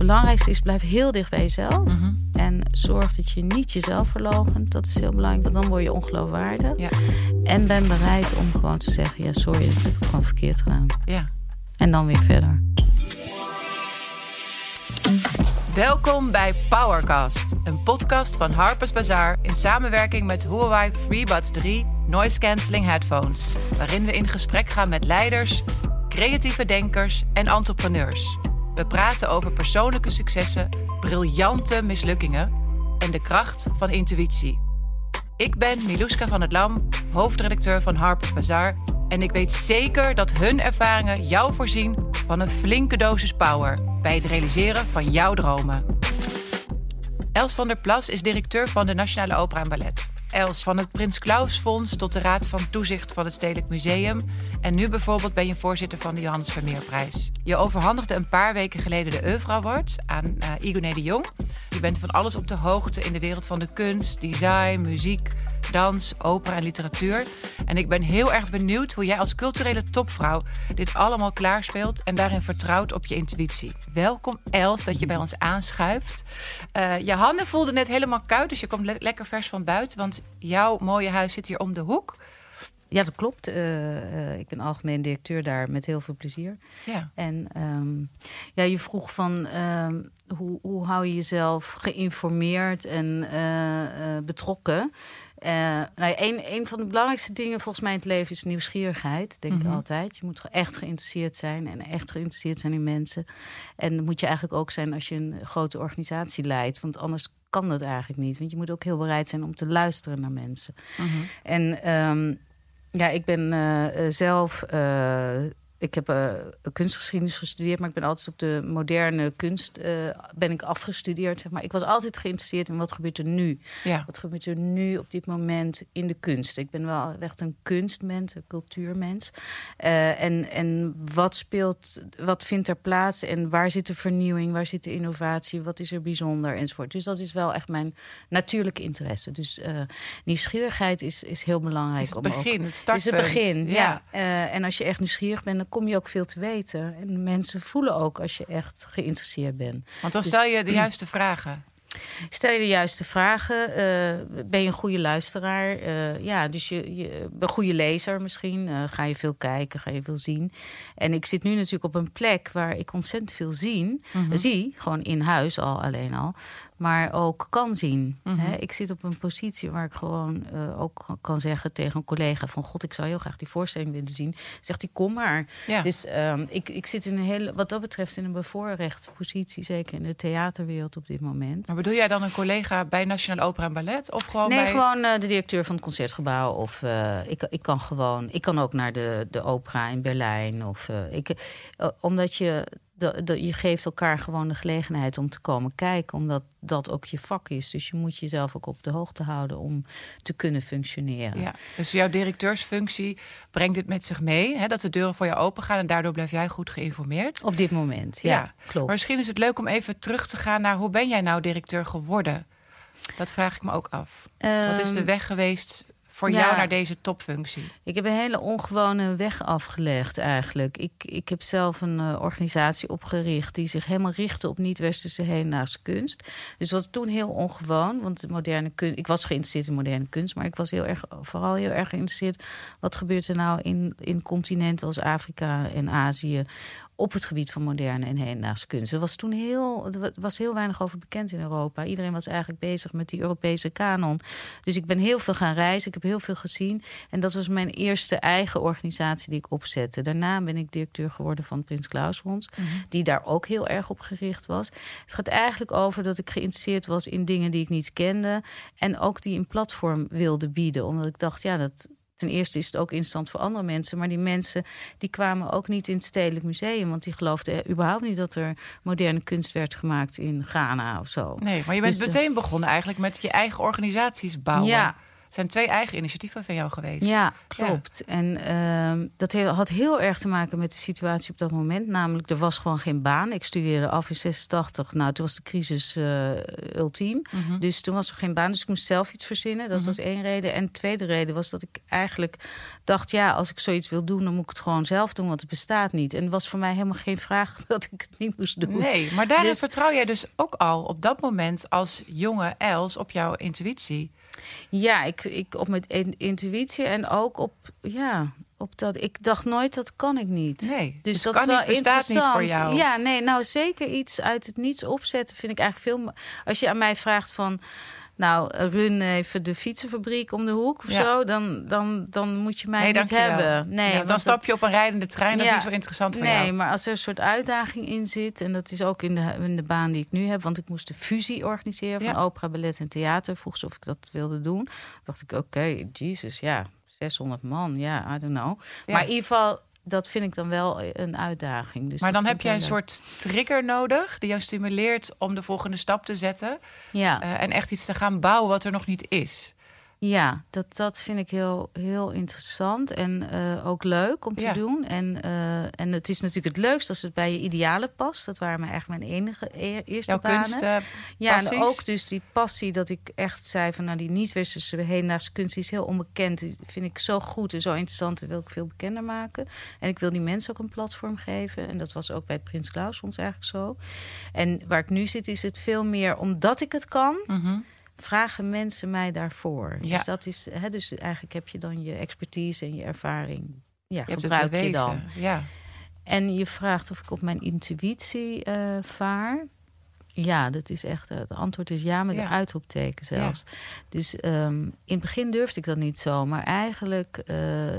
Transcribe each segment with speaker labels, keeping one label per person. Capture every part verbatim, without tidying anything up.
Speaker 1: belangrijkste is, blijf heel dicht bij jezelf.
Speaker 2: Mm-hmm.
Speaker 1: En zorg dat je niet jezelf verloochent. Dat is heel belangrijk, want dan word je ongeloofwaardig.
Speaker 2: Ja.
Speaker 1: En ben bereid om gewoon te zeggen... ja, sorry, dat heb ik gewoon verkeerd gedaan.
Speaker 2: Ja.
Speaker 1: En dan weer verder.
Speaker 2: Welkom bij Powercast, een podcast van Harper's Bazaar... in samenwerking met Huawei FreeBuds drie Noise Cancelling Headphones... waarin we in gesprek gaan met leiders, creatieve denkers en entrepreneurs. We praten over persoonlijke successen, briljante mislukkingen... en de kracht van intuïtie. Ik ben Milouska van het Lam, hoofdredacteur van Harper's Bazaar... en ik weet zeker dat hun ervaringen jou voorzien van een flinke dosis power... bij het realiseren van jouw dromen. Els van der Plas is directeur van de Nationale Opera en Ballet. Els, van het Prins Claus Fonds tot de Raad van Toezicht van het Stedelijk Museum... en nu bijvoorbeeld ben je voorzitter van de Johannes Vermeerprijs. Je overhandigde een paar weken geleden de Oeuvre Award aan uh, Igoné de Jong. Je bent van alles op de hoogte in de wereld van de kunst, design, muziek... dans, opera en literatuur. En ik ben heel erg benieuwd hoe jij als culturele topvrouw dit allemaal klaarspeelt en daarin vertrouwt op je intuïtie. Welkom Els, dat je bij ons aanschuift. Uh, je handen voelden net helemaal koud, dus je komt le- lekker vers van buiten, want jouw mooie huis zit hier om de hoek.
Speaker 1: Ja, dat klopt. Uh, uh, ik ben algemeen directeur daar met heel veel plezier.
Speaker 2: Ja. En
Speaker 1: um, ja, je vroeg van um, hoe, hoe hou je jezelf geïnformeerd en uh, uh, betrokken? Uh, nou, een, een van de belangrijkste dingen volgens mij in het leven is nieuwsgierigheid, denk mm-hmm. ik altijd. Je moet echt geïnteresseerd zijn en echt geïnteresseerd zijn in mensen. En dat moet je eigenlijk ook zijn als je een grote organisatie leidt, want anders kan dat eigenlijk niet. Want je moet ook heel bereid zijn om te luisteren naar mensen. Mm-hmm. En um, ja, ik ben uh, zelf... Uh, ik heb uh, kunstgeschiedenis gestudeerd, maar ik ben altijd op de moderne kunst uh, ben ik afgestudeerd. Zeg maar. Ik was altijd geïnteresseerd in wat gebeurt er nu.
Speaker 2: Ja.
Speaker 1: Wat gebeurt er nu op dit moment in de kunst. Ik ben wel echt een kunstmens, een cultuurmens. Uh, en, en wat speelt, wat vindt er plaats en waar zit de vernieuwing, waar zit de innovatie, wat is er bijzonder enzovoort. Dus dat is wel echt mijn natuurlijke interesse. Dus uh, nieuwsgierigheid is, is heel belangrijk.
Speaker 2: Is het begin,
Speaker 1: ook,
Speaker 2: het startpunt.
Speaker 1: Is het begin, ja.
Speaker 2: ja.
Speaker 1: Uh, en als je echt nieuwsgierig bent, dan kom je ook veel te weten. En mensen voelen ook als je echt geïnteresseerd bent.
Speaker 2: Want dan
Speaker 1: dus,
Speaker 2: stel je de juiste vragen.
Speaker 1: Stel je de juiste vragen. Uh, ben je een goede luisteraar? Uh, ja, dus je, je een goede lezer misschien. Uh, ga je veel kijken, ga je veel zien. En ik zit nu natuurlijk op een plek waar ik ontzettend veel zien, mm-hmm. zie. Gewoon in huis al, alleen al. Maar ook kan zien. Mm-hmm. Hè? Ik zit op een positie waar ik gewoon uh, ook kan zeggen tegen een collega van God, ik zou heel graag die voorstelling willen zien. Zegt hij, kom maar.
Speaker 2: Ja.
Speaker 1: Dus um, ik, ik zit in een hele, wat dat betreft in een bevoorrechte positie, zeker in de theaterwereld op dit moment.
Speaker 2: Maar bedoel jij dan een collega bij Nationale Opera en Ballet? Of gewoon
Speaker 1: nee,
Speaker 2: bij...
Speaker 1: gewoon uh, de directeur van het Concertgebouw. Of uh, ik, ik kan gewoon, ik kan ook naar de, de opera in Berlijn. Of uh, ik, uh, omdat je De, de, je geeft elkaar gewoon de gelegenheid om te komen kijken, omdat dat ook je vak is. Dus je moet jezelf ook op de hoogte houden om te kunnen functioneren.
Speaker 2: Ja, dus jouw directeursfunctie brengt dit met zich mee, hè, dat de deuren voor je open gaan en daardoor blijf jij goed geïnformeerd.
Speaker 1: Op dit moment, ja, ja, klopt.
Speaker 2: Maar misschien is het leuk om even terug te gaan naar hoe ben jij nou directeur geworden? Dat vraag ik me ook af. Um, Wat is de weg geweest voor ja, jou naar deze topfunctie? Ik
Speaker 1: heb een hele ongewone weg afgelegd eigenlijk. Ik, ik heb zelf een uh, organisatie opgericht die zich helemaal richtte op niet-westerse hedendaagse kunst. Dus dat was toen heel ongewoon, want de moderne kunst, ik was geïnteresseerd in moderne kunst, maar ik was heel erg, vooral heel erg geïnteresseerd wat gebeurt er nou in, in continenten als Afrika en Azië op het gebied van moderne en hedendaagse kunst. Er was toen heel, er was heel weinig over bekend in Europa. Iedereen was eigenlijk bezig met die Europese kanon. Dus ik ben heel veel gaan reizen. Ik heb heel veel gezien. En dat was mijn eerste eigen organisatie die ik opzette. Daarna ben ik directeur geworden van het Prins Claus Fonds. Mm-hmm. Die daar ook heel erg op gericht was. Het gaat eigenlijk over dat ik geïnteresseerd was in dingen die ik niet kende. En ook die een platform wilde bieden. Omdat ik dacht, ja, dat... Ten eerste is het ook interessant voor andere mensen. Maar die mensen die kwamen ook niet in het Stedelijk Museum. Want die geloofden überhaupt niet dat er moderne kunst werd gemaakt in Ghana of zo.
Speaker 2: Nee, maar je bent dus, meteen begonnen eigenlijk met je eigen organisaties bouwen.
Speaker 1: Ja,
Speaker 2: Het zijn twee eigen initiatieven van jou geweest.
Speaker 1: Ja, klopt. Ja. En uh, dat had heel erg te maken met de situatie op dat moment. Namelijk, er was gewoon geen baan. Ik studeerde af in zesentachtig. Nou, toen was de crisis uh, ultiem. Mm-hmm. Dus toen was er geen baan. Dus ik moest zelf iets verzinnen. Dat mm-hmm. was één reden. En de tweede reden was dat ik eigenlijk dacht... ja, als ik zoiets wil doen, dan moet ik het gewoon zelf doen. Want het bestaat niet. En het was voor mij helemaal geen vraag dat ik het niet moest doen.
Speaker 2: Nee, maar daarin dus, vertrouw jij dus ook al op dat moment als jonge Els op jouw intuïtie.
Speaker 1: Ja, ik, ik op mijn intuïtie en ook op, ja, op dat. Ik dacht nooit, dat kan ik niet.
Speaker 2: Nee,
Speaker 1: dus,
Speaker 2: dus
Speaker 1: dat
Speaker 2: kan
Speaker 1: is wel
Speaker 2: niet, bestaat niet voor jou.
Speaker 1: Ja, nee, nou zeker iets uit het niets opzetten vind ik eigenlijk veel. Als je aan mij vraagt van, nou, run even de fietsenfabriek om de hoek of ja. zo, dan, dan, dan moet je mij
Speaker 2: nee,
Speaker 1: niet hebben. Nee,
Speaker 2: ja, dan stap je op een rijdende trein, dat
Speaker 1: ja,
Speaker 2: is niet zo interessant voor
Speaker 1: nee,
Speaker 2: jou.
Speaker 1: Nee, maar als er een soort uitdaging in zit, en dat is ook in de, in de baan die ik nu heb, want ik moest de fusie organiseren van ja. opera, ballet en theater. Vroeg ze of ik dat wilde doen. Dacht ik, oké, okay, Jesus, ja, zeshonderd man, ja, I don't know. Ja. Maar in ieder geval, dat vind ik dan wel een uitdaging. Dus
Speaker 2: maar dan heb jij een leuk. soort trigger nodig die jou stimuleert om de volgende stap te zetten. Ja. Uh, en echt iets te gaan bouwen wat er nog niet is.
Speaker 1: Ja, dat, dat vind ik heel, heel interessant en uh, ook leuk om te ja. doen. En, uh, en het is natuurlijk het leukst als het bij je idealen past. Dat waren mijn, eigenlijk mijn enige e- eerste
Speaker 2: Jouw
Speaker 1: banen.
Speaker 2: Kunst, uh,
Speaker 1: ja, en ook dus die passie dat ik echt zei van, nou, die niet-westerse hedendaagse kunst die is heel onbekend. Die vind ik zo goed en zo interessant en wil ik veel bekender maken. En ik wil die mensen ook een platform geven. En dat was ook bij het Prins Claus Fonds eigenlijk zo. En waar ik nu zit is het veel meer omdat ik het kan. Mm-hmm. Vragen mensen mij daarvoor. Ja. Dus dat is, hè, dus eigenlijk heb je dan je expertise en je ervaring. Ja, je gebruik je dan.
Speaker 2: Ja.
Speaker 1: En je vraagt of ik op mijn intuïtie uh, vaar. Ja, dat is echt. Het antwoord is ja, met ja. een uitroepteken zelfs. Ja. Dus um, in het begin durfde ik dat niet zo, maar eigenlijk. Uh,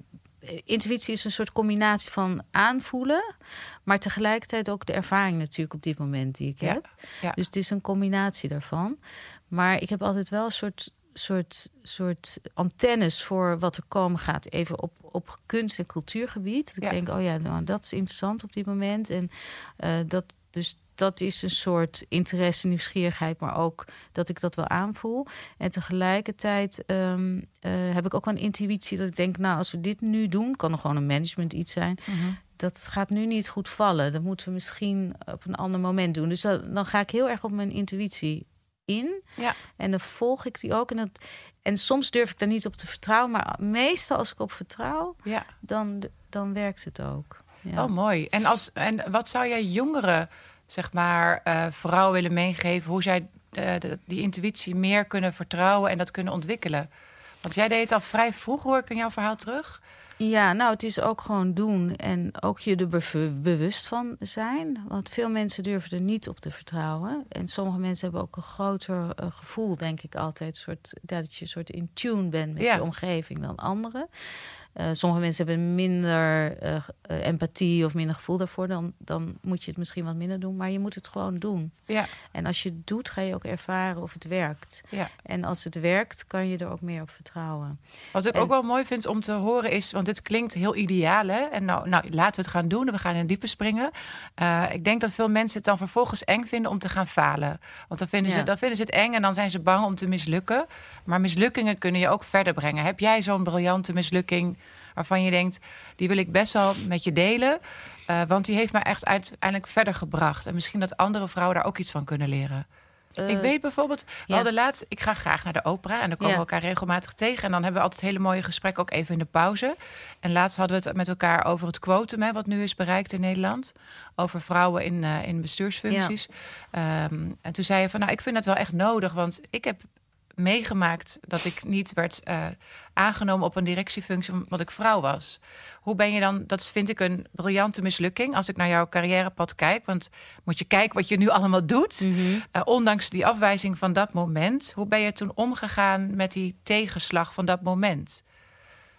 Speaker 1: Intuïtie is een soort combinatie van aanvoelen, maar tegelijkertijd ook de ervaring natuurlijk op dit moment die ik ja, heb. Ja. Dus het is een combinatie daarvan. Maar ik heb altijd wel een soort, soort, soort antennes voor wat er komen gaat. Even op, op kunst- en cultuurgebied. Dat ik ja. denk, oh ja, nou, dat is interessant op dit moment. En uh, dat dus. Dat is een soort interesse, nieuwsgierigheid, maar ook dat ik dat wel aanvoel. En tegelijkertijd um, uh, heb ik ook wel een intuïtie dat ik denk, nou, als we dit nu doen, kan er gewoon een management iets zijn. Mm-hmm. Dat gaat nu niet goed vallen. Dat moeten we misschien op een ander moment doen. Dus dat, dan ga ik heel erg op mijn intuïtie in. Ja. En dan volg ik die ook. En, dat, en soms durf ik daar niet op te vertrouwen. Maar meestal als ik op vertrouw, ja. dan, dan werkt het ook. Ja.
Speaker 2: Oh, mooi. En, als, en wat zou jij jongeren, zeg maar, uh, vrouwen willen meegeven, hoe zij uh, de, die intuïtie meer kunnen vertrouwen en dat kunnen ontwikkelen? Want jij deed het al vrij vroeg, hoor ik in jouw verhaal terug.
Speaker 1: Ja, nou, het is ook gewoon doen en ook je er be- bewust van zijn. Want veel mensen durven er niet op te vertrouwen. En sommige mensen hebben ook een groter uh, gevoel, denk ik altijd, soort, dat je een soort in tune bent met ja. je omgeving dan anderen. Uh, sommige mensen hebben minder uh, uh, empathie of minder gevoel daarvoor. Dan, dan moet je het misschien wat minder doen. Maar je moet het gewoon doen. Ja. En als je het doet, ga je ook ervaren of het werkt. Ja. En als het werkt, kan je er ook meer op vertrouwen.
Speaker 2: Wat ik en, ook wel mooi vind om te horen is, want dit klinkt heel ideaal, hè? En nou, nou, laten we het gaan doen. We gaan in het diepe springen. Uh, ik denk dat veel mensen het dan vervolgens eng vinden om te gaan falen. Want dan vinden, ja. ze, dan vinden ze het eng en dan zijn ze bang om te mislukken. Maar mislukkingen kunnen je ook verder brengen. Heb jij zo'n briljante mislukking waarvan je denkt, die wil ik best wel met je delen, uh, want die heeft mij echt uiteindelijk verder gebracht. En misschien dat andere vrouwen daar ook iets van kunnen leren. Uh, ik weet bijvoorbeeld, we ja. hadden laatst, ik ga graag naar de opera en dan komen ja. we elkaar regelmatig tegen. En dan hebben we altijd hele mooie gesprekken, ook even in de pauze. En laatst hadden we het met elkaar over het quotum, hè, wat nu is bereikt in Nederland. Over vrouwen in, uh, in bestuursfuncties. Ja. Um, en toen zei je van, nou, ik vind dat wel echt nodig, want ik heb meegemaakt dat ik niet werd uh, aangenomen op een directiefunctie omdat ik vrouw was. Hoe ben je dan, dat vind ik een briljante mislukking als ik naar jouw carrièrepad kijk, want moet je kijken wat je nu allemaal doet. Mm-hmm. Uh, ondanks die afwijzing van dat moment, hoe ben je toen omgegaan met die tegenslag van dat moment?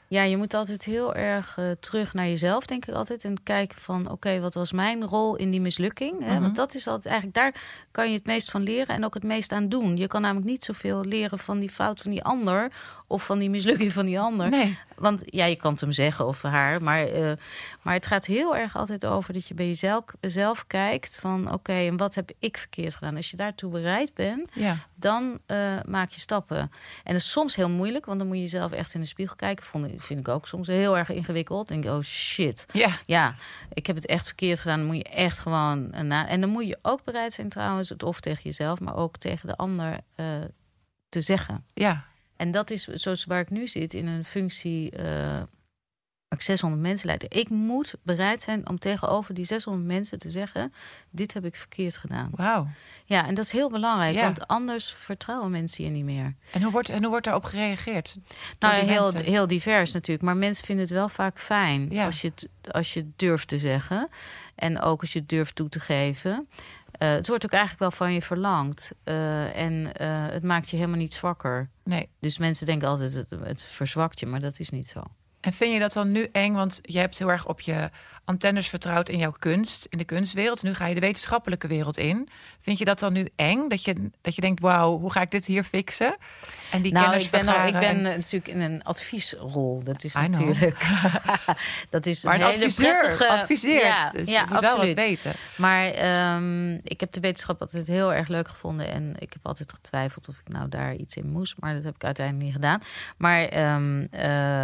Speaker 1: Ja, je moet altijd heel erg uh, terug naar jezelf, denk ik altijd. En kijken van, oké, okay, wat was mijn rol in die mislukking? Hè? Mm-hmm. Want dat is altijd eigenlijk, daar kan je het meest van leren en ook het meest aan doen. Je kan namelijk niet zoveel leren van die fout van die ander of van die mislukking van die ander.
Speaker 2: Nee.
Speaker 1: Want ja, je kan het hem zeggen of haar, maar, uh, maar het gaat heel erg altijd over dat je bij jezelf zelf kijkt van, oké, okay, en wat heb ik verkeerd gedaan? Als je daartoe bereid bent, ja. dan uh, maak je stappen. En dat is soms heel moeilijk, want dan moet je jezelf echt in de spiegel kijken. Vond, vind ik ook soms heel erg ingewikkeld. Denk, oh shit.
Speaker 2: Ja.
Speaker 1: ja, ik heb het echt verkeerd gedaan. Dan moet je echt gewoon... Na- en dan moet je ook bereid zijn trouwens, het of tegen jezelf, maar ook tegen de ander uh, te zeggen.
Speaker 2: Ja.
Speaker 1: En dat is zoals waar ik nu zit, in een functie... Uh, ik zeshonderd mensen leid. Ik moet bereid zijn om tegenover die zeshonderd mensen te zeggen, dit heb ik verkeerd gedaan.
Speaker 2: Wauw.
Speaker 1: Ja, en dat is heel belangrijk,
Speaker 2: ja.
Speaker 1: want anders vertrouwen mensen je niet meer.
Speaker 2: En hoe wordt, en hoe wordt daarop gereageerd?
Speaker 1: Nou, heel, heel divers natuurlijk. Maar mensen vinden het wel vaak fijn
Speaker 2: ja.
Speaker 1: als je het, als je het durft te zeggen. En ook als je het durft toe te geven. Uh, het wordt ook eigenlijk wel van je verlangd. Uh, en uh, het maakt je helemaal niet zwakker.
Speaker 2: Nee.
Speaker 1: Dus mensen denken altijd, het, het verzwakt je, maar dat is niet zo.
Speaker 2: En vind je dat dan nu eng? Want je hebt heel erg op je antennes vertrouwd in jouw kunst, in de kunstwereld. Nu ga je de wetenschappelijke wereld in. Vind je dat dan nu eng? Dat je, dat je denkt, wauw, hoe ga ik dit hier fixen? En die
Speaker 1: nou,
Speaker 2: kennis
Speaker 1: ik ben,
Speaker 2: vergaren.
Speaker 1: ik ben
Speaker 2: en...
Speaker 1: natuurlijk in een adviesrol. Dat is
Speaker 2: I
Speaker 1: natuurlijk... dat is
Speaker 2: maar
Speaker 1: een,
Speaker 2: een
Speaker 1: hele
Speaker 2: adviseur
Speaker 1: prettige...
Speaker 2: adviseert,
Speaker 1: ja,
Speaker 2: dus
Speaker 1: ja,
Speaker 2: je moet
Speaker 1: absoluut.
Speaker 2: wel wat weten.
Speaker 1: Maar um, ik heb de wetenschap altijd heel erg leuk gevonden. En ik heb altijd getwijfeld of ik nou daar iets in moest. Maar dat heb ik uiteindelijk niet gedaan. Maar um, uh,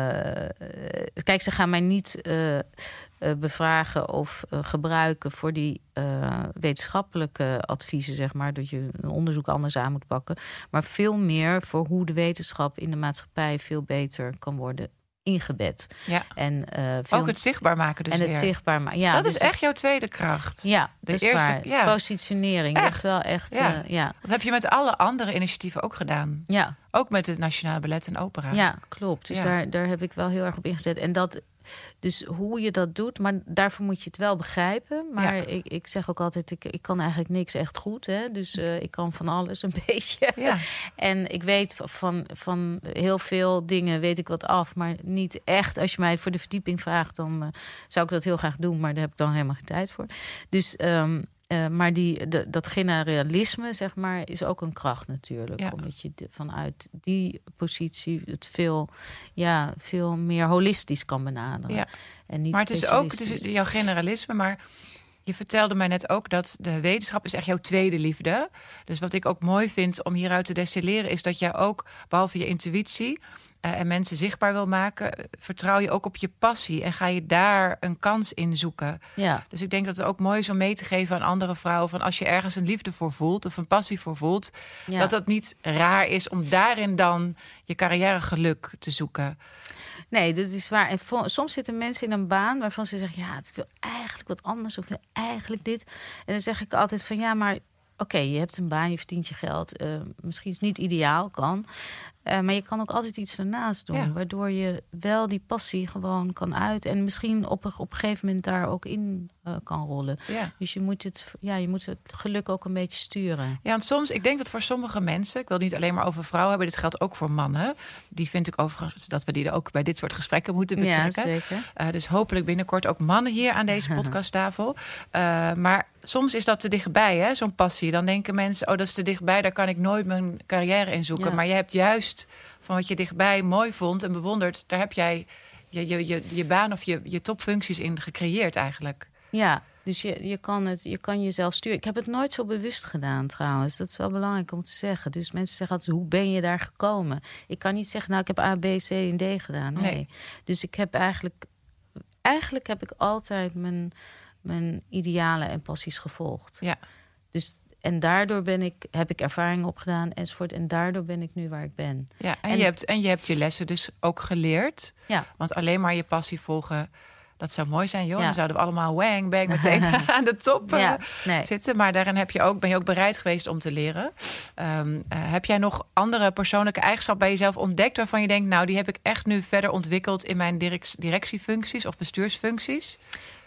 Speaker 1: kijk, ze gaan mij niet... Uh, Uh, bevragen of uh, gebruiken voor die uh, wetenschappelijke adviezen, zeg maar, dat je een onderzoek anders aan moet pakken, maar veel meer voor hoe de wetenschap in de maatschappij veel beter kan worden ingebed.
Speaker 2: Ja.
Speaker 1: En, uh, veel...
Speaker 2: Ook het zichtbaar maken dus
Speaker 1: En het
Speaker 2: weer.
Speaker 1: zichtbaar maken. Ja,
Speaker 2: dat
Speaker 1: dus
Speaker 2: is echt
Speaker 1: het...
Speaker 2: jouw tweede kracht.
Speaker 1: Ja,
Speaker 2: de
Speaker 1: dat
Speaker 2: eerste,
Speaker 1: is waar.
Speaker 2: Ja.
Speaker 1: Positionering.
Speaker 2: Echt?
Speaker 1: Dat is wel echt...
Speaker 2: Ja.
Speaker 1: Uh, ja.
Speaker 2: Dat heb je met alle andere initiatieven ook gedaan.
Speaker 1: Ja.
Speaker 2: Ook met het Nationale Ballet en Opera.
Speaker 1: Ja, klopt. Dus
Speaker 2: ja.
Speaker 1: daar, daar heb ik wel heel erg op ingezet. En dat... Dus hoe je dat doet, maar daarvoor moet je het wel begrijpen. Maar ja. ik, ik zeg ook altijd, ik, ik kan eigenlijk niks echt goed. Hè? Dus uh, ik kan van alles een beetje.
Speaker 2: Ja.
Speaker 1: En ik weet van, van heel veel dingen weet ik wat af. Maar niet echt. Als je mij voor de verdieping vraagt, dan uh, zou ik dat heel graag doen. Maar daar heb ik dan helemaal geen tijd voor. Dus... Um, Uh, maar die, de, dat generalisme, zeg maar, is ook een kracht natuurlijk.
Speaker 2: Ja.
Speaker 1: Omdat je de, vanuit die positie het veel, ja, veel meer holistisch kan benaderen.
Speaker 2: Ja.
Speaker 1: En niet
Speaker 2: maar het is ook het is jouw generalisme, maar je vertelde mij net ook dat de wetenschap is echt jouw tweede liefde. Dus wat ik ook mooi vind om hieruit te destilleren is dat jij ook, behalve je intuïtie uh, en mensen zichtbaar wil maken, vertrouw je ook op je passie en ga je daar een kans in zoeken.
Speaker 1: Ja.
Speaker 2: Dus ik denk dat het ook mooi is om mee te geven aan andere vrouwen van als je ergens een liefde voor voelt of een passie voor voelt, ja. dat dat niet raar is om daarin dan je carrièregeluk te zoeken.
Speaker 1: Nee, dat is waar. En vo- soms zitten mensen in een baan waarvan ze zeggen, ja, ik wil eigenlijk wat anders of ik wil eigenlijk dit. En dan zeg ik altijd van, ja, maar oké, okay, je hebt een baan, je verdient je geld. Uh, misschien is het niet ideaal, kan. Uh, maar je kan ook altijd iets ernaast doen. Ja. Waardoor je wel die passie gewoon kan uit. En misschien op een, op een gegeven moment daar ook in uh, kan rollen.
Speaker 2: Ja.
Speaker 1: Dus je moet, het, ja, je moet het geluk ook een beetje sturen.
Speaker 2: Ja, en soms, ik denk dat voor sommige mensen, ik wil het niet alleen maar over vrouwen hebben, dit geldt ook voor mannen. Die vind ik overigens dat we die ook bij dit soort gesprekken moeten betrekken.
Speaker 1: Ja, zeker.
Speaker 2: Uh, dus hopelijk binnenkort ook mannen hier aan deze podcasttafel. Uh, maar soms is dat te dichtbij, hè, zo'n passie. Dan denken mensen, oh, dat is te dichtbij, daar kan ik nooit mijn carrière in zoeken. Ja. Maar je hebt juist van wat je dichtbij mooi vond en bewonderd, daar heb jij je, je, je, je baan of je, je topfuncties in gecreëerd eigenlijk.
Speaker 1: Ja, dus je, je, kan het, je kan jezelf sturen. Ik heb het nooit zo bewust gedaan trouwens. Dat is wel belangrijk om te zeggen. Dus mensen zeggen altijd, hoe ben je daar gekomen? Ik kan niet zeggen, nou, ik heb A, B, C en D gedaan. Nee. nee. Dus ik heb eigenlijk... Eigenlijk heb ik altijd mijn, mijn idealen en passies gevolgd.
Speaker 2: Ja.
Speaker 1: Dus... En daardoor ben ik, heb ik ervaring opgedaan enzovoort. En daardoor ben ik nu waar ik ben.
Speaker 2: Ja, en, en, je, hebt, en je hebt je lessen dus ook geleerd.
Speaker 1: Ja.
Speaker 2: Want alleen maar je passie volgen, dat zou mooi zijn, joh.
Speaker 1: Ja.
Speaker 2: Dan zouden we allemaal wang, bang meteen aan de top uh,
Speaker 1: ja, nee.
Speaker 2: zitten. Maar daarin heb je ook, ben je ook bereid geweest om te leren. Um, uh, heb jij nog andere persoonlijke eigenschappen bij jezelf ontdekt waarvan je denkt, nou, die heb ik echt nu verder ontwikkeld in mijn direct, directiefuncties of bestuursfuncties?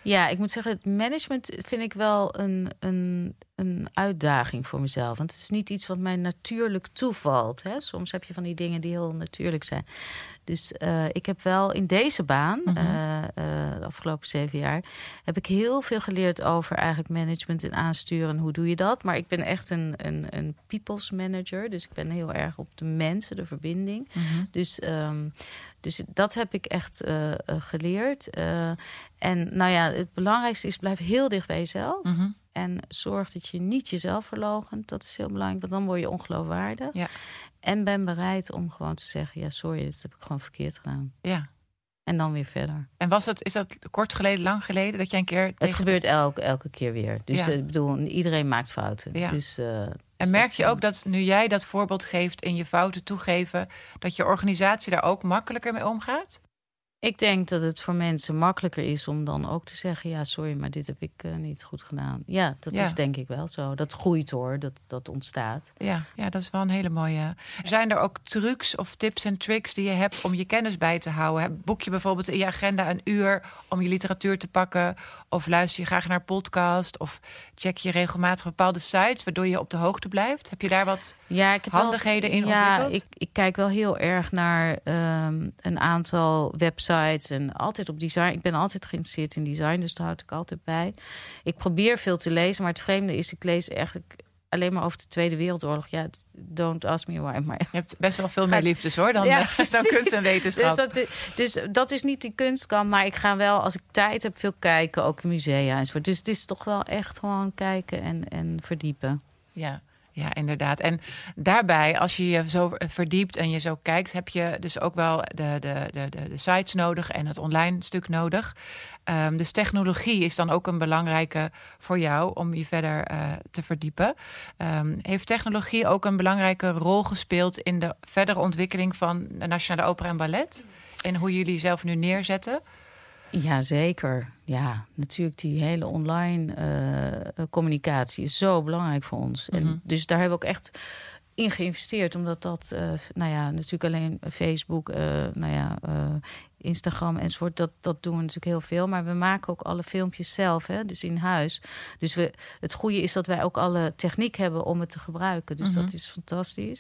Speaker 1: Ja, ik moet zeggen, het management vind ik wel een, een, een uitdaging voor mezelf. Want het is niet iets wat mij natuurlijk toevalt. Hè? Soms heb je van die dingen die heel natuurlijk zijn. Dus uh, ik heb wel in deze baan, mm-hmm. uh, uh, de afgelopen zeven jaar, heb ik heel veel geleerd over eigenlijk management en aansturen. Hoe doe je dat? Maar ik ben echt een, een, een people's manager. Dus ik ben heel erg op de mensen, de verbinding. Mm-hmm. Dus, um, dus dat heb ik echt uh, uh, geleerd. Uh, en nou ja, het belangrijkste is, blijf heel dicht bij jezelf. Mm-hmm. En zorg dat je niet jezelf verloochent. Dat is heel belangrijk, want dan word je ongeloofwaardig. Ja. En ben bereid om gewoon te zeggen, ja, sorry, dit heb ik gewoon verkeerd gedaan.
Speaker 2: Ja.
Speaker 1: En dan weer verder.
Speaker 2: En was het, is dat kort geleden, lang geleden, dat jij een keer...
Speaker 1: Het gebeurt elke, elke keer weer. Dus ja. ik bedoel, iedereen maakt fouten.
Speaker 2: Ja.
Speaker 1: Dus, uh,
Speaker 2: en
Speaker 1: dus
Speaker 2: merk je ook dat nu jij dat voorbeeld geeft in je fouten toegeven, dat je organisatie daar ook makkelijker mee omgaat?
Speaker 1: Ik denk dat het voor mensen makkelijker is om dan ook te zeggen, ja, sorry, maar dit heb ik uh, niet goed gedaan. Ja, dat ja. is denk ik wel zo. Dat groeit hoor, dat, dat ontstaat.
Speaker 2: Ja, ja, dat is wel een hele mooie. Zijn er ook trucs of tips en tricks die je hebt om je kennis bij te houden? Boek je bijvoorbeeld in je agenda een uur om je literatuur te pakken? Of luister je graag naar podcast? Of check je regelmatig bepaalde sites waardoor je op de hoogte blijft? Heb je daar wat
Speaker 1: ja, ik heb
Speaker 2: handigheden
Speaker 1: wel,
Speaker 2: in
Speaker 1: ja,
Speaker 2: ontwikkeld?
Speaker 1: Ik, ik kijk wel heel erg naar um, een aantal websites en altijd op design. Ik ben altijd geïnteresseerd in design, dus daar houd ik altijd bij. Ik probeer veel te lezen, maar het vreemde is, ik lees eigenlijk alleen maar over de Tweede Wereldoorlog. Ja, don't ask me why. Maar
Speaker 2: je hebt best wel veel meer liefdes hoor, dan, ja, dan kunst en wetenschap.
Speaker 1: Dus dat, dus dat is niet die kunstkant, maar ik ga wel, als ik tijd heb, veel kijken, ook in musea enzovoort. Dus het is toch wel echt gewoon kijken en, en verdiepen.
Speaker 2: Ja. Ja, inderdaad. En daarbij, als je je zo verdiept en je zo kijkt, heb je dus ook wel de, de, de, de sites nodig en het online stuk nodig. Um, dus technologie is dan ook een belangrijke voor jou om je verder uh, te verdiepen. Um, heeft technologie ook een belangrijke rol gespeeld in de verdere ontwikkeling van de Nationale Opera en Ballet? En hoe jullie zelf nu neerzetten?
Speaker 1: Ja, zeker. Ja, natuurlijk die hele online uh, communicatie is zo belangrijk voor ons. Mm-hmm. En dus daar hebben we ook echt in geïnvesteerd. Omdat dat, uh, nou ja, natuurlijk alleen Facebook, uh, nou ja, uh, Instagram enzovoort, dat, dat doen we natuurlijk heel veel. Maar we maken ook alle filmpjes zelf, hè, dus in huis. Dus we, het goede is dat wij ook alle techniek hebben om het te gebruiken. Dus mm-hmm. dat is fantastisch.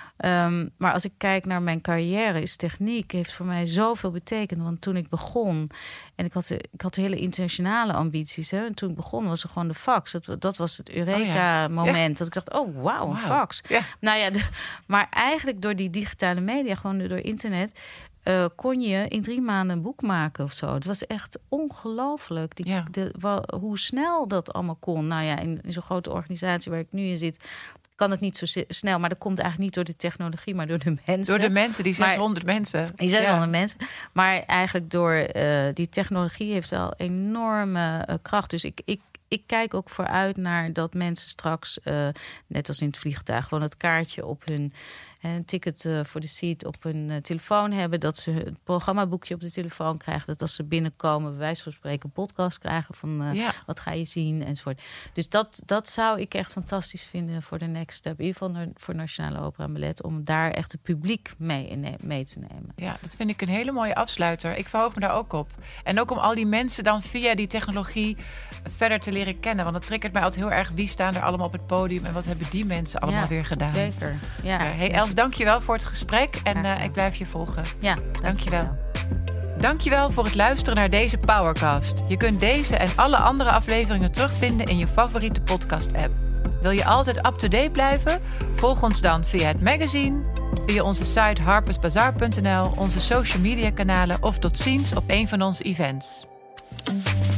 Speaker 1: Um, maar als ik kijk naar mijn carrière, is techniek heeft voor mij zoveel betekend. Want toen ik begon, en ik had, ik had hele internationale ambities. Hè, en toen ik begon was er gewoon de fax. Dat, dat was het Eureka-moment. Oh ja. Dat ik dacht, oh wauw, een wow. fax. Ja. Nou ja, de, maar eigenlijk door die digitale media, gewoon door internet, Uh, kon je in drie maanden een boek maken of zo. Het was echt ongelooflijk. Die, ja. de, wa, hoe snel dat allemaal kon. Nou ja, in, in zo'n grote organisatie waar ik nu in zit, kan het niet zo snel. Maar dat komt eigenlijk niet door de technologie, maar door de mensen.
Speaker 2: Door de mensen, die zeshonderd maar, mensen.
Speaker 1: Die zeshonderd ja. mensen. Maar eigenlijk door uh, die technologie heeft wel enorme uh, kracht. Dus ik... ik Ik kijk ook vooruit naar dat mensen straks, uh, net als in het vliegtuig, gewoon het kaartje op hun, een ticket uh, voor de seat op hun uh, telefoon hebben. Dat ze het programmaboekje op de telefoon krijgen. Dat als ze binnenkomen, bij wijze van spreken, een podcast krijgen van uh, ja. wat ga je zien enzovoort. Dus dat, dat zou ik echt fantastisch vinden voor de next step. In ieder geval voor Nationale Opera en Ballet. Om daar echt het publiek mee, mee te nemen.
Speaker 2: Ja, dat vind ik een hele mooie afsluiter. Ik verhoog me daar ook op. En ook om al die mensen dan via die technologie verder te leren kennen. Want dat triggert mij altijd heel erg. Wie staan er allemaal op het podium en wat hebben die mensen allemaal
Speaker 1: ja,
Speaker 2: weer gedaan?
Speaker 1: Zeker. Ja.
Speaker 2: Uh, hey Els, dankjewel voor het gesprek. En uh, ik blijf je volgen.
Speaker 1: Ja,
Speaker 2: dankjewel. Dankjewel voor het luisteren naar deze Powercast. Je kunt deze en alle andere afleveringen terugvinden in je favoriete podcast-app. Wil je altijd up-to-date blijven? Volg ons dan via het magazine, via onze site harpers bazaar punt n l, onze social media kanalen of tot ziens op een van onze events.